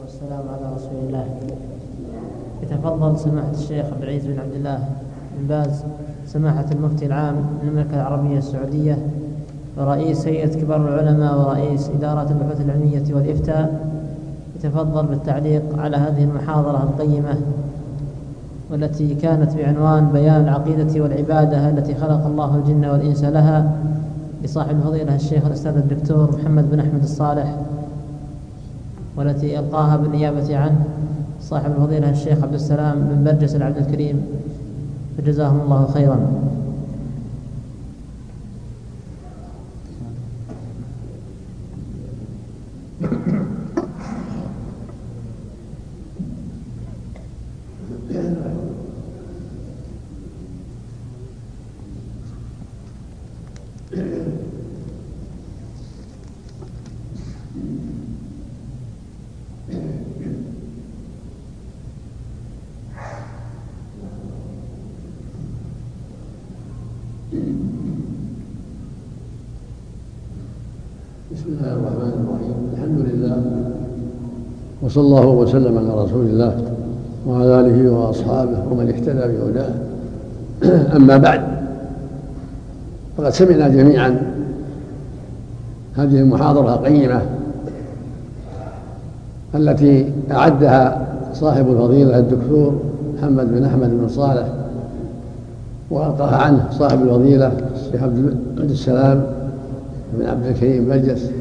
والسلام على رسول الله. يتفضل سماحة الشيخ عبد العزيز بن عبد الله بن باز سماحة المفتي العام للمملكة العربية السعودية ورئيس هيئة كبار العلماء ورئيس إدارة البحوث العلمية والإفتاء، يتفضل بالتعليق على هذه المحاضرة القيمة والتي كانت بعنوان بيان العقيدة والعبادة التي خلق الله الجن والإنس لها، لصاحب الفضيلة الشيخ الأستاذ الدكتور محمد بن أحمد الصالح، والتي ألقاها بالنيابة عنه صاحب الفضيلة الشيخ عبد السلام بن برجس العبد الكريم، فجزاهم الله خيرا. بسم الله الرحمن الرحيم. الحمد لله وصلى الله وسلم على رسول الله وعلى آله وأصحابه ومن اهتدى بهداه. أما بعد، فقد سمعنا جميعا هذه المحاضرة القيمة التي أعدها صاحب الفضيلة الدكتور محمد بن أحمد بن صالح، وألقاها عنه صاحب الفضيلة الشيخ عبد السلام بن عبد الكريم برجس،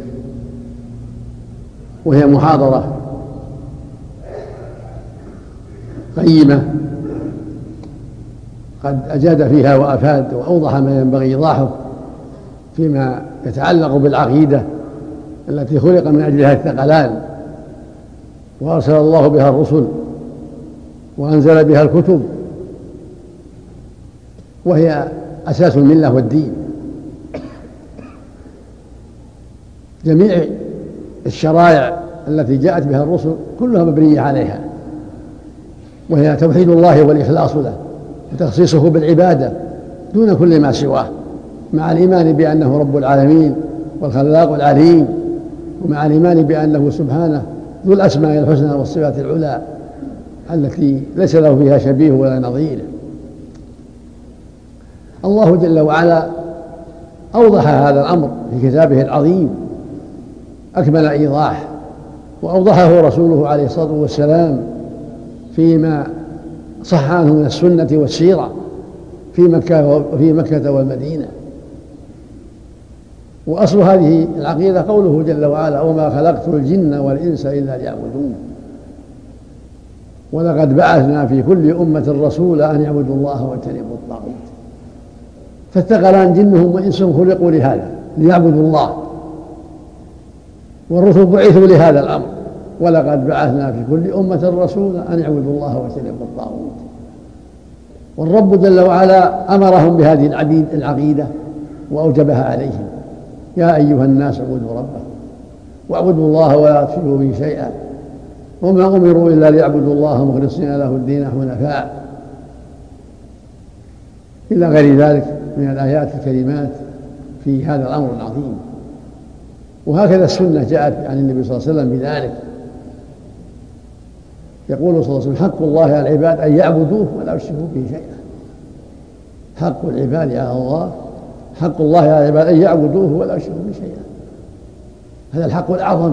وهي محاضرة قيمة قد أجاد فيها وأفاد وأوضح ما ينبغي إيضاحه فيما يتعلق بالعقيدة التي خلق من أجلها الثقلان، وأرسل الله بها الرسل وأنزل بها الكتب، وهي أساس الملة والدين. جميع الشرائع التي جاءت بها الرسل كلها مبنية عليها، وهي توحيد الله والإخلاص له وتخصيصه بالعبادة دون كل ما سواه، مع الإيمان بأنه رب العالمين والخلاق العليم، ومع الإيمان بأنه سبحانه ذو الأسماء الحسنى والصفات العلى التي ليس له فيها شبيه ولا نظير. الله جل وعلا أوضح هذا الأمر في كتابه العظيم أكمل إيضاح، وأوضحه رسوله عليه الصلاة والسلام فيما صح عنه من السنة والسيرة في مكة والمدينة. وأصل هذه العقيدة قوله جل وعلا: وما خلقت الجن والإنس إلا ليعبدون. ولقد بعثنا في كل أمة رسولا أن يعبدوا الله واجتنبوا الطاغوت. فالثقلان جنهم وإنسهم خلقوا لهذا، ليعبدوا الله، والرسل بعثوا لهذا الأمر. ولقد بعثنا في كل أمة رسولا أن يعبدوا الله واجتنبوا الطاغوت. والرب جل وعلا أمرهم بهذه العقيدة وأوجبها عليهم: يا أيها الناس اعبدوا ربكم واعبدوا الله ولا تشركوا به شيئا وما أمروا إلا ليعبدوا الله مخلصين له الدين حنفاء، إلى غير ذلك من الآيات الكريمات في هذا الأمر العظيم. وهكذا السنة جاءت عن النبي صلى الله عليه وسلم بذلك. يقول صلى الله عليه وسلم: حق الله على العباد أن يعبدوه ولا يشركوا به شيئا. حق العباد على الله، حق الله على العباد أن يعبدوه ولا يشركوا به شيئا. هذا الحق الأعظم،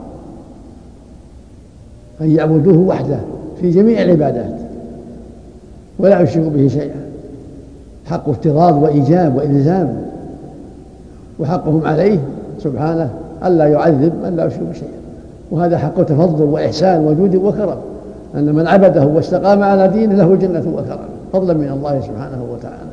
أن يعبدوه وحده في جميع العبادات ولا يشركوا به شيئا. حق افتراض وإيجاب وإلزام، وحقهم عليه سبحانه ألا يعذب من لا يشرك شيئا. وهذا حق تفضل وإحسان وجود وكرم، أن من عبده واستقام على دينه له جنة وكرم، فضلا من الله سبحانه وتعالى.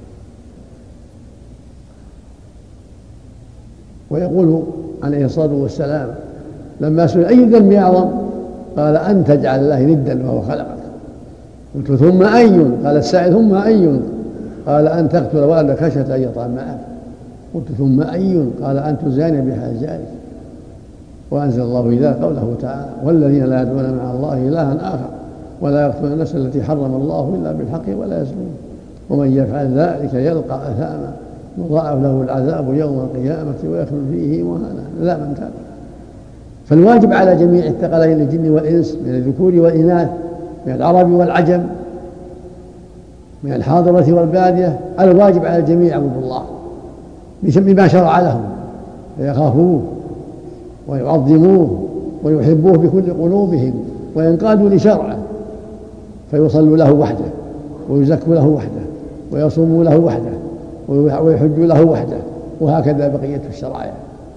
ويقول عليه الصلاة والسلام لما سئل: أي ذنب أعظم؟ قال: أن تجعل الله ندا وهو خلقك. قلت: ثم أي؟ قال السائل: ثم أي؟ قال: أن تقتل ولدك خشية أن يطعم معك. قلت: ثم أي؟ قال: أن تزاني بحجارك. وأنزل الله في ذلك قوله تعالى: والذين لا يدعون مع الله إلها آخر ولا يقتلون النفس التي حرم الله إلا بالحق ولا يزنون ومن يفعل ذلك يلقى أثاما يضاعف له العذاب يوم القيامة ويخلد فيه مهانا إلا من تاب. فالواجب على جميع الثقلين الجن والإنس من الذكور والإناث، من العرب والعجم، من الحاضرة والبادية، الواجب على الجميع عبد الله بما شرع لهم، فيخافوه ويعظموه ويحبوه بكل قلوبهم وينقادوا لشرعه، فيصلوا له وحده ويزكوا له وحده ويصوموا له وحده ويحجوا له وحده، وهكذا بقية الشرائع: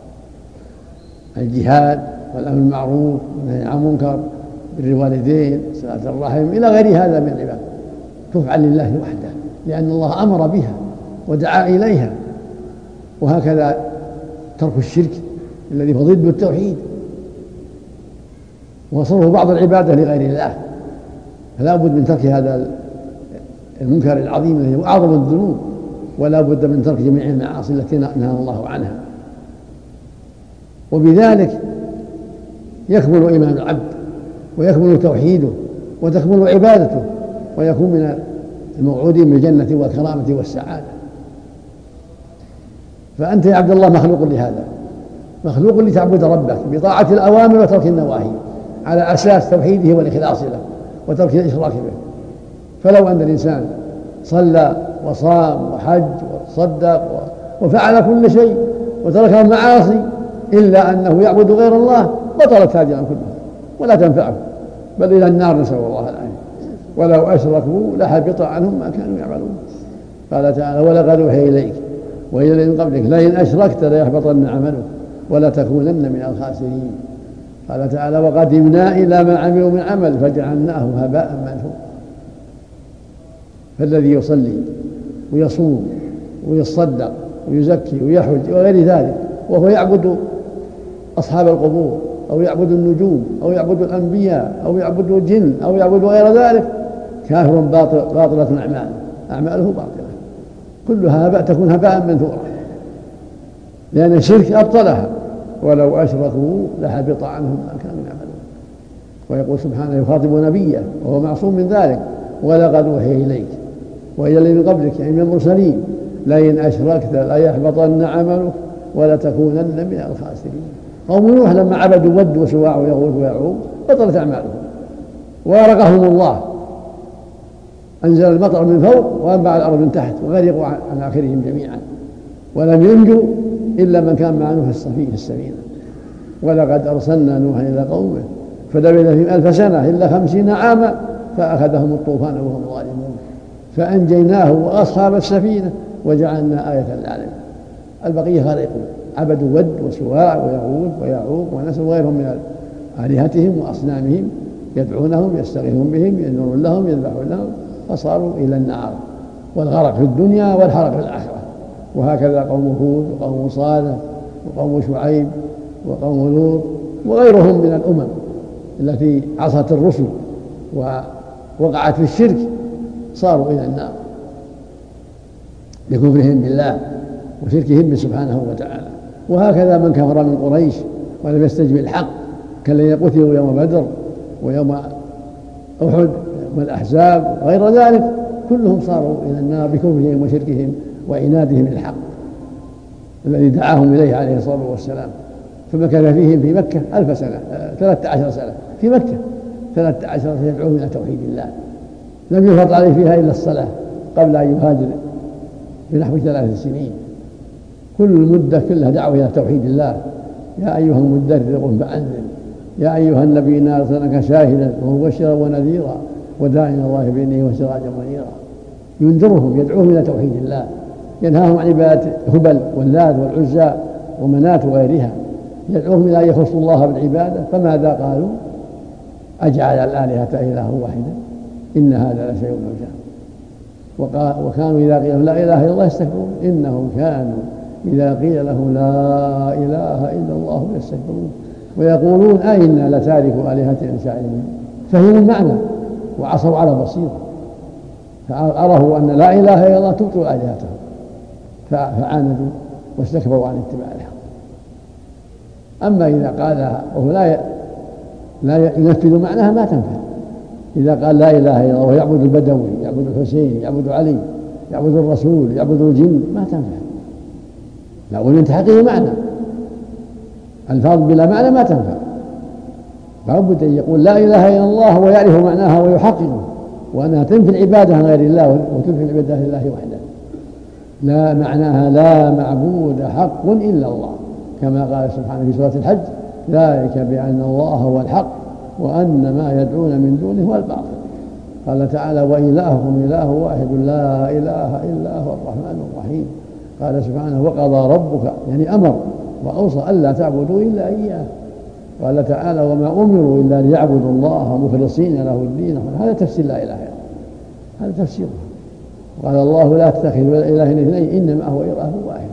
الجهاد والأمر بالمعروف والنهي عن المنكر، بر الوالدين، صلة الرحم، إلى غير هذا من العباد تفعل لله وحده، لأن الله أمر بها ودعا إليها. وهكذا ترك الشرك الذي هو ضد التوحيد وصرف بعض العبادة لغير الله، فلا بد من ترك هذا المنكر العظيم الذي هو أعظم الذنوب، ولا بد من ترك جميع المعاصي التي نهى الله عنها. وبذلك يكمل إيمان العبد ويكمل توحيده وتكمل عبادته، ويكون من الموعودين بالجنة والكرامة والسعادة. فأنت يا عبد الله مخلوق لهذا، مخلوق لتعبد ربك بطاعة الأوامر وترك النواهي على أساس توحيده والإخلاص له وترك الإشراك به. فلو أن الإنسان صلى وصام وحج وصدق وفعل كل شيء وترك المعاصي إلا أنه يعبد غير الله، بطلت هذه كلها ولا تنفعه، بل إلى النار، نسأل الله العافية. ولو أشركوا لحبط عنهم ما كانوا يعملون. قال تعالى: ولقد أوحي إليك وإلى الذين من قبلك لئن أشركت ليحبطن عملك ولتكونن من الخاسرين. قال تعالى: وقدمنا إلى ما عملوا من عمل فجعلناه هباء منثورا. فالذي يصلي ويصوم ويصدق ويزكي ويحج وغير ذلك وهو يعبد أصحاب القبور أو يعبد النجوم أو يعبد الأنبياء أو يعبد الجن أو يعبد غير ذلك، كافر باطلة أعماله باطلة كلها تكون هباء منثورا، لأن الشرك أبطلها. ولو أشركوا لحبط عنهم ما كانوا يعملون. ويقول سبحانه يخاطب نبيه وهو معصوم من ذلك: ولقد أوحي إليك وإلى الذين من قبلك، يعني من المرسلين، لئن أشركت ليحبطن عملك ولتكونن من الخاسرين. قوم نوح لما عبدوا ود وسواع ويغوث ويعوق بطلت أعمالهم وأغرقهم الله، أنزل المطر من فوق وأنبع الأرض من تحت وغرقوا عن آخرهم جميعا، ولم ينجوا إلا من كان مع نوح في السفينة. ولقد أرسلنا نوحا إلى قومه فلبث فيهم 1000 سنة إلا 50 عاما فأخذهم الطوفان وهم ظالمون فأنجيناه وأصحاب السفينة وجعلنا آية للعالمين. البقية غرقوا، عبدوا ود وسواع ويغوث ويعوق ونسوا غيرهم من آلهتهم وأصنامهم، يدعونهم يستغيثون بهم ينذرون لهم يذبحون لهم، فصاروا إلى النار والغرق في الدنيا والحرق في الآخرة. وهكذا قوم هود وقوم صالح وقوم شعيب وقوم لوط وغيرهم من الأمم التي عصت الرسل ووقعت في الشرك صاروا إلى النار بكفرهم بالله وشركهم سبحانه وتعالى. وهكذا من كفر من قريش ولم يستجب الحق كالذين قتلوا يوم بدر ويوم أحد والأحزاب وغير ذلك، كلهم صاروا إلى النار بكفرهم وشركهم وعنادهم الحق الذي دعاهم إليه عليه الصلاة والسلام. فمكث فيهم في مكة 1000 سنة 13 سنة في مكة 13 سنة يدعوهم إلى توحيد الله، لم يفرض عليه فيها إلا الصلاة قبل أن يهاجر بنحو 3 سنين. كل المدة كلها دعوة إلى توحيد الله. يا أيها المدثر قم فأنذر يا أيها النبي إنا أرسلناك شاهدا ومبشرا ونذيرا وداعيا إلى الله بإذنه وسراجا منيرا. ينذرهم يدعوهم إلى توحيد الله، ينهاهم عن عبادة هبل واللات والعزى ومنات وغيرها، يدعوهم إلى أن يخصوا الله بالعبادة. فماذا قالوا؟ أجعل الآلهة إلها واحدا إن هذا لشيء عجاب. وكانوا إذا قيل لا إله إلا الله يستكبرون إنهم كانوا إذا قيل له لا إله إلا الله يستكبرون ويقولون أئنا لتاركوا آلهتنا شاعرين. فهموا المعنى وعصوا على بصيرة، فعرفوا أن لا إله إلا الله تبطل آلهتهم فعاندوا واستكبروا عن اتباع الحق. أما إذا قالها وهو لا ينفذ معناها ما تنفع. إذا قال لا إله إلا الله ويعبد البدوي يعبد الحسين يعبد علي يعبد الرسول يعبد الجن ما تنفع، لا بد من تحقيق معنى. الفاظ بلا معنى ما تنفع، لابد أن يقول لا إله إلا الله ويعرف معناها ويحققه، وأنها تنفي العبادة عن غير الله وتنفي العبادة لله وحده. لا معناها لا معبود حق إلا الله، كما قال سبحانه في سورة الحج: ذلك بأن الله هو الحق وأن ما يدعون من دونه هو الباطل. قال تعالى: وإلهكم إله واحد لا إله إلا هو الرحمن الرحيم. قال سبحانه: وقضى ربك، يعني أمر وأوصى ألا تعبدوا إلا إياه. قال تعالى: وما أمروا إلا ليعبدوا الله مخلصين له الدين. هذا تفسير لا إله إلا الله، هذا تفسيره. قال الله: لا تتخذوا إلهين اثنين إنما هو إله واحد.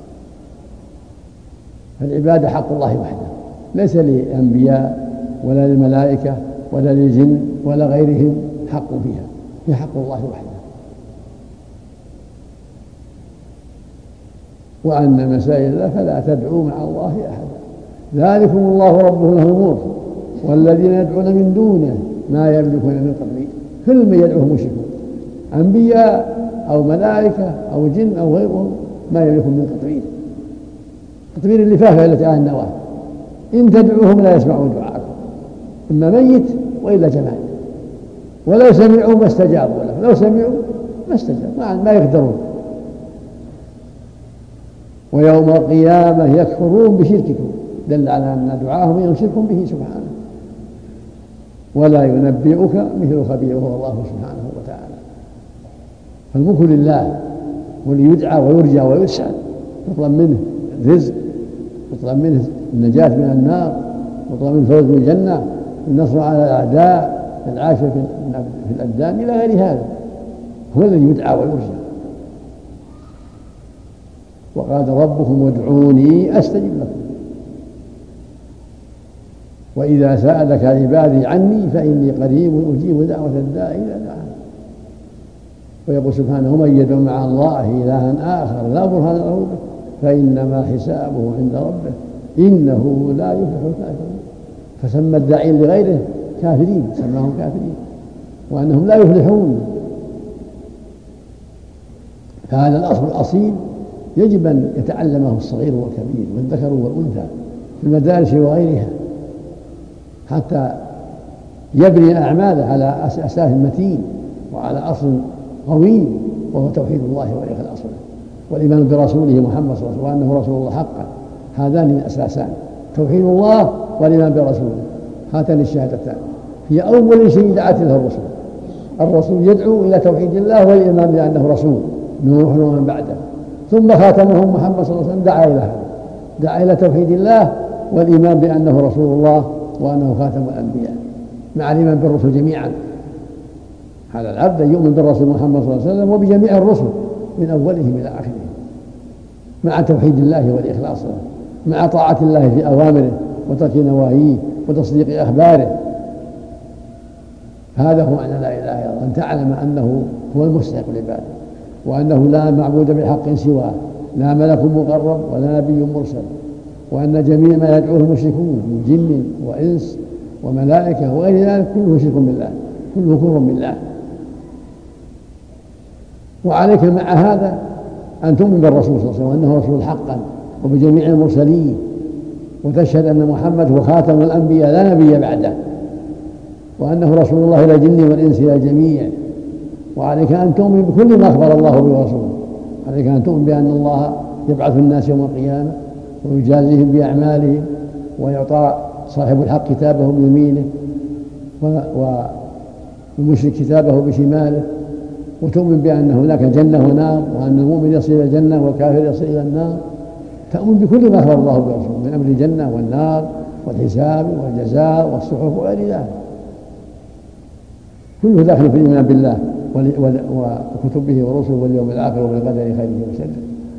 فالعبادة حق الله وحده، ليس للأنبياء ولا للملائكة ولا للجن ولا غيرهم حق فيها، هي حق الله وحده. وأن مساجد الله فلا تدعوا مع الله أحدا، ذلكم الله ربه له الملك والذين يدعون من دونه ما يملكون من قطمير. كل من يدعوه مشركون، أنبياء أو ملائكة أو جن أو غيرهم، ما يملكون من قطمير. قطمير اللفافة التي على النواة، إن تدعوهم لا يسمعوا دعاءكم، إما ميت وإلا جمال. ولو سمعوا ما استجابوا له، لو سمعوا ما استجابوا، ما يقدرون. ويوم القيامة يكفرون بشرككم، دل على أن دعاهم ينشركم به سبحانه. ولا ينبئك مثل خبير، وهو الله سبحانه وتعالى. فالملك لله، وليدعى ويرجى ويسأل، يطلب منه الرزق، يطلب منه النجاة من النار، يطلب منه الفوز بالجنة، النصر على الأعداء، العاش في الأبدان إلى غير هذا. هو الذي يدعى ويرجى. وقال: ربكم ادعوني أستجب لكم. وإذا سألك عبادي عني فإني قريب أجيب دعوة الداعي إذا دعان. ويقول سبحانه: ومن يدعو مع الله إلها آخر لا برهان له به فإنما حسابه عند ربه إنه لا يفلح الكافرون. فسمى الداعين لغيره كافرين، سماهم كافرين، وأنهم لا يفلحون. فهذا الأصل الأصيل يجب أن يتعلمه الصغير والكبير والذكر والأنثى في المدارس وغيرها، حتى يبني أعماله على أساس متين وعلى أصل قوي، وهو توحيد الله والإخلاص له والإيمان برسوله محمد صلى الله عليه وسلم وأنه رسول الله حقا. هذان الأساسان، توحيد الله والإيمان برسوله، هاتان الشهادتان هي أول شيء دعت له الرسل. الرسول يدعو إلى توحيد الله والإيمان بأنه رسول، نوح ومن بعده، ثم خاتمهم محمد صلى الله عليه وسلم دعا إلى توحيد الله والإيمان بأنه رسول الله وأنه خاتم الأنبياء، مع الإيمان بالرسل جميعا. هذا العبد يؤمن بالرسول محمد صلى الله عليه وسلم وبجميع الرسل من أولهم إلى آخرهم، مع توحيد الله والإخلاص له، مع طاعة الله في أوامره وترك نواهيه وتصديق أخباره. هذا هو معنى لا إله إلا الله، أن تعلم أنه هو المستحق العبادة، وأنه لا معبود بحق سواه، لا ملك مقرب ولا نبي مرسل، وأن جميع ما يدعوه المشركون من جن وإنس وملائكة وغير ذلك كله شرك بالله، كله كفر بالله. وعليك مع هذا أن تؤمن بالرسول صلى الله عليه وسلم وأنه رسول حقا وبجميع المرسلين، وتشهد أن محمد هو خاتم الأنبياء لا نبي بعده، وأنه رسول الله إلى الجن والإنس إلى الجميع. وعليك أن تؤمن بكل ما أخبر الله به ورسوله. عليك أن تؤمن بأن الله يبعث الناس يوم القيامة ويجازيهم بأعمالهم، ويعطى صاحب الحق كتابه بيمينه والمشرك كتابه بشماله، وتؤمن بأن هناك جنة ونار، وأن المؤمن يصل إلى الجنة والكافر يصل إلى النار. تؤمن بكل ما أخبر الله برسوله من أمر الجنة والنار والحساب والجزاء والصحف وغير ذلك، كله داخل في الإيمان بالله وكتبه ورسله واليوم الآخر وبالقدر خيره وشره.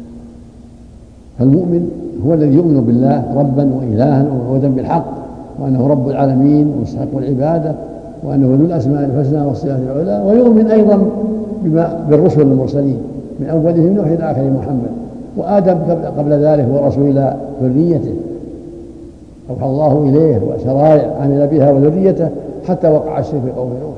فالمؤمن هو الذي يؤمن بالله ربا وإلها ومعبودا بالحق، وأنه رب العالمين ومستحق العبادة، وأنه ذو الأسماء الحسنى والصفات العلى. ويؤمن أيضا بالرسل المرسلين من أولهم نوح إلى آخر محمد، وآدم قبل ذلك هو رسول إلى ذريته، أوحى الله إليه وشرائع عمل بها وذريته حتى وقع الشرك في قوم نوح.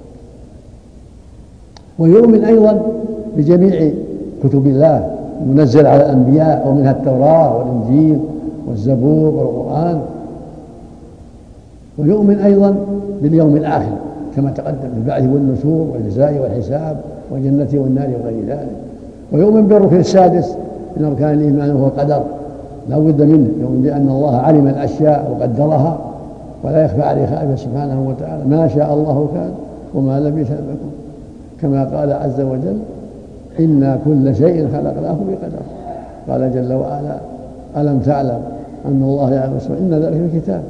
ويؤمن أيضا بجميع كتب الله المنزل على الأنبياء، ومنها التوراة والإنجيل والزبور والقرآن. ويؤمن أيضا باليوم الآخر كما تقدم بالبعث والنشور والجزاء والحساب والجنة والنار وغير ذلك. ويؤمن بالركن السادس من أركان الإيمان وهو القدر، لا بد منه، يؤمن بأن الله علم الأشياء وقدرها ولا يخفى عليه خافية سبحانه وتعالى، ما شاء الله كان وما لم يشأ يكن، كما قال عز وجل إنا كل شيء خلقناه بقدر. قال جل وعلا ألم تعلم أن الله يعلم إن ذلك في الكتاب.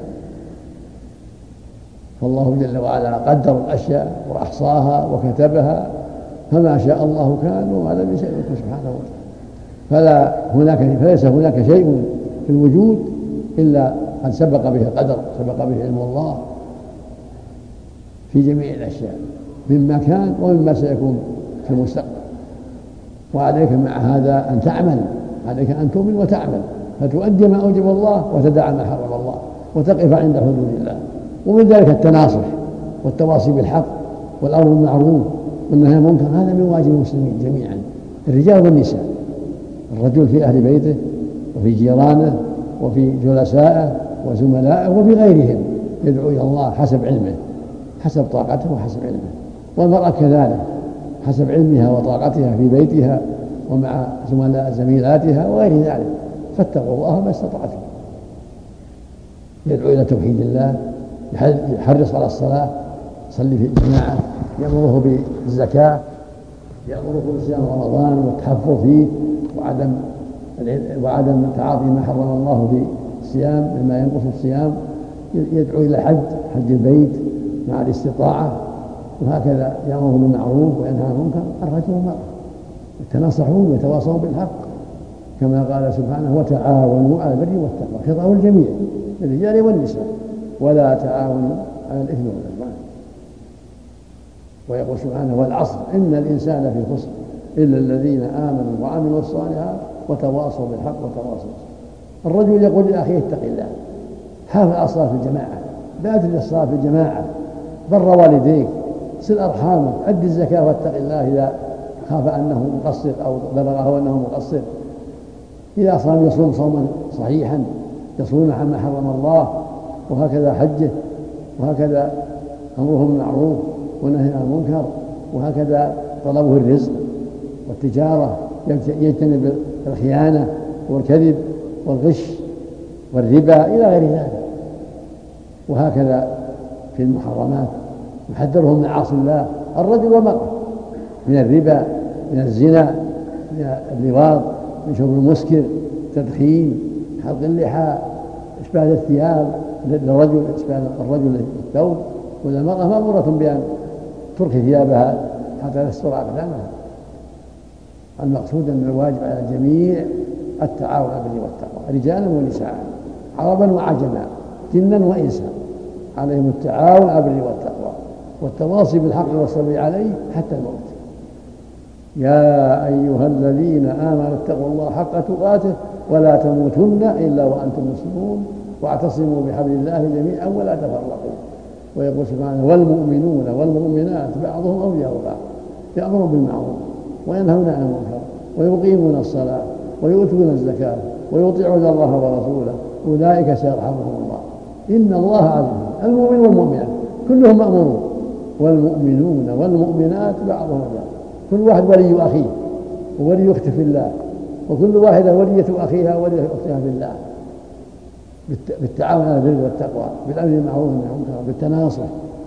فالله جل وعلا قدر الأشياء وأحصاها وكتبها، فما شاء الله كان وما لم يشأ يكن سبحانه وتعالى. فليس هناك شيء في الوجود إلا قد سبق به القدر، سبق به علم الله في جميع الأشياء مما كان ومما سيكون في المستقبل. وعليك مع هذا أن تعمل، عليك أن تؤمن وتعمل، فتؤدي ما أوجب الله وتدع ما حرم الله وتقف عند حدود الله. ومن ذلك التناصح والتواصي بالحق والأمر بالمعروف والنهي عن المنكر، هذا من واجب المسلمين جميعا، الرجال والنساء، الرجل في أهل بيته وفي جيرانه وفي جلسائه وزملائه وفي غيرهم، يدعو إلى الله حسب علمه، حسب طاقته وحسب علمه. والمرأة كذلك حسب علمها وطاقتها في بيتها ومع زميلاتها وغير ذلك، فاتقوا الله ما استطعتم. يدعو إلى توحيد الله، يحرص على الصلاة، يصلي في الجماعة، يأمره بالزكاة، يأمره بصيام رمضان والتحفظ فيه وعدم تعاطي ما حرم الله في الصيام مما ينقص الصيام. يدعو إلى حج البيت مع الاستطاعة، وهكذا يأمر بالمعروف وينهى عن المنكر. الرجل والمرأة يتناصحون ويتواصون بالحق كما قال سبحانه وتعاونوا على البر والتقوى، خطاب الجميع للرجال والنساء، ولا تعاونوا على الإثم والعدوان. ويقول سبحانه والعصر إن الإنسان لفي خسر إلا الذين آمنوا وعملوا الصالحات وتواصوا بالحق وتواصوا بالصبر. الرجل يقول لأخيه اتق الله، حافظ على الصلاة في الجماعة، بادر للصلاة في الجماعة، بر والديك، صل أرحامك، أد الزكاة واتق الله إذا خاف أنه مقصر أو بلغه أنه مقصر. إذا صام يصوم صوما صحيحا، يصوم عما حرم الله، وهكذا حجه، وهكذا أمره بالمعروف ونهي عن المنكر، وهكذا طلبه الرزق والتجارة، يجتنب الخيانة والكذب والغش والربا إلى غير ذلك. وهكذا في المحرمات يحذرهم من معاصي الله الرجل والمرأة، من الربا، من الزنا، من اللواط، من شرب المسكر، تدخين، حلق اللحى، إسبال الثياب للرجل، إسبال الرجل الثوب، والمرأة مأمورة بأن ترخي ثيابها حتى تستر أقدامها. المقصود أن الواجب على الجميع التعاون على البر والتقوى، رجالا ونساء، عربا وعجما، جنا وإنسا، عليهم التعاون على البر والتقوى والتواصي بالحق والصبر عليه حتى الموت. يا أيها الذين آمنوا اتقوا الله حق تقاته ولا تموتن إلا وأنتم مسلمون واعتصموا بحبل الله جميعا ولا تفرقوا. ويقول سبحانه والمؤمنون والمؤمنات بعضهم أولياء بعض، يأمرون بالمعروف وينهون عن المنكر ويقيمون الصلاة ويؤتون الزكاة ويطيعون الله ورسوله أولئك سيرحمهم الله إن الله عزيز. المؤمن والمؤمنات كلهم مأمورون، والمؤمنون والمؤمنات بعضهم أولياء، كل واحد ولي أخيه وولي أخته في الله، وكل واحدة ولية أخيها وولية أختها في الله، بالتعاون على البر والتقوى، بالأمر بالمعروف والنهي عن المنكر، بالتناصح.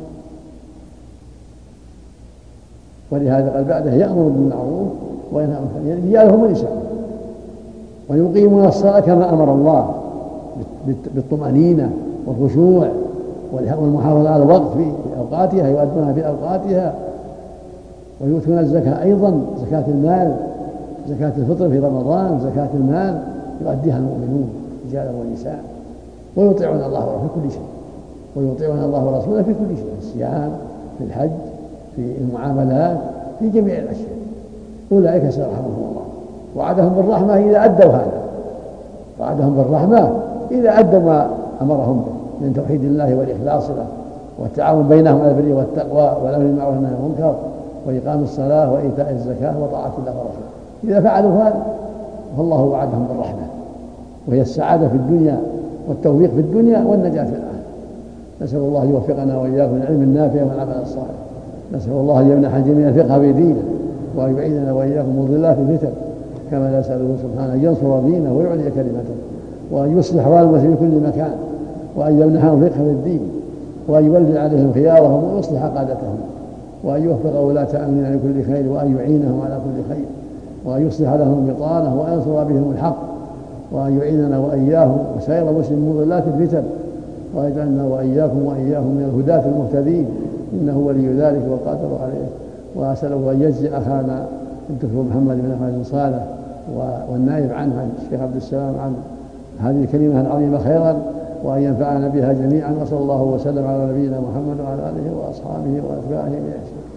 ولهذا قال بعده يأمر بالمعروف وينهى عن المنكر، رجالهم ونساءهم، ويقيمون الصلاة كما أمر الله بالطمأنينة والخشوع والمحافظة على الوقت في أوقاتها، يؤدونها في أوقاتها، ويؤتون الزكاة أيضا، زكاة المال، زكاة الفطر في رمضان، زكاة المال يؤديها المؤمنون رجالا ونساء، ويطيعون الله ورسوله في كل شيء، ويطيعون الله ورسوله في كل شيء، في الصيام، في الحج، في المعاملات، في جميع الأشياء. أولئك سيرحمهم الله، وعدهم بالرحمة إذا أدوا هذا، وعدهم بالرحمة إذا أدوا ما أمرهم به من توحيد الله والإخلاص له والتعاون بينهم على البر والتقوى والأمر بالمعروف والنهي عن المنكر وإقام الصلاة وإيتاء الزكاة وطاعة الله ورسوله. إذا فعلوا هذا فالله وعدهم بالرحمة، وهي السعادة في الدنيا والتوفيق في الدنيا والنجاة في الآخرة. نسأل الله يوفقنا وإياكم للعلم النافع والعمل الصالح. نسأل الله أن يمنح الجميع الفقه في دينه وأن يعيننا وإياكم مضلات الفتن، كما نسأله سبحانه أن ينصر دينه ويعلي كلمته، وأن يصلح أحوال المسلمين في كل مكان، وأن يمنحهم الفقه في الدين، وأن يولي عليهم خيارهم ويصلح قادتهم، وأن يوفق ولاة أمرنا لكل خير، وأن يعينهم على كل خير، وأن يصلح لهم بطانه وأن ينصر بهم الحق، وأن يعيننا وإياهم وسائر المسلمين من مضلات الفتن، ويجعلنا وإياكم من الهداة المهتدين، إنه ولي ذلك والقادر عليه. وأسأله أن يجزي أخانا الدكتور محمد بن أحمد صالح والنائب عنه الشيخ عبد السلام عن هذه الكلمة العظيمة خيرا، وأن ينفعنا بها جميعا. وصلى الله وسلم على نبينا محمد وعلى آله وأصحابه وأتباعه بإحسان.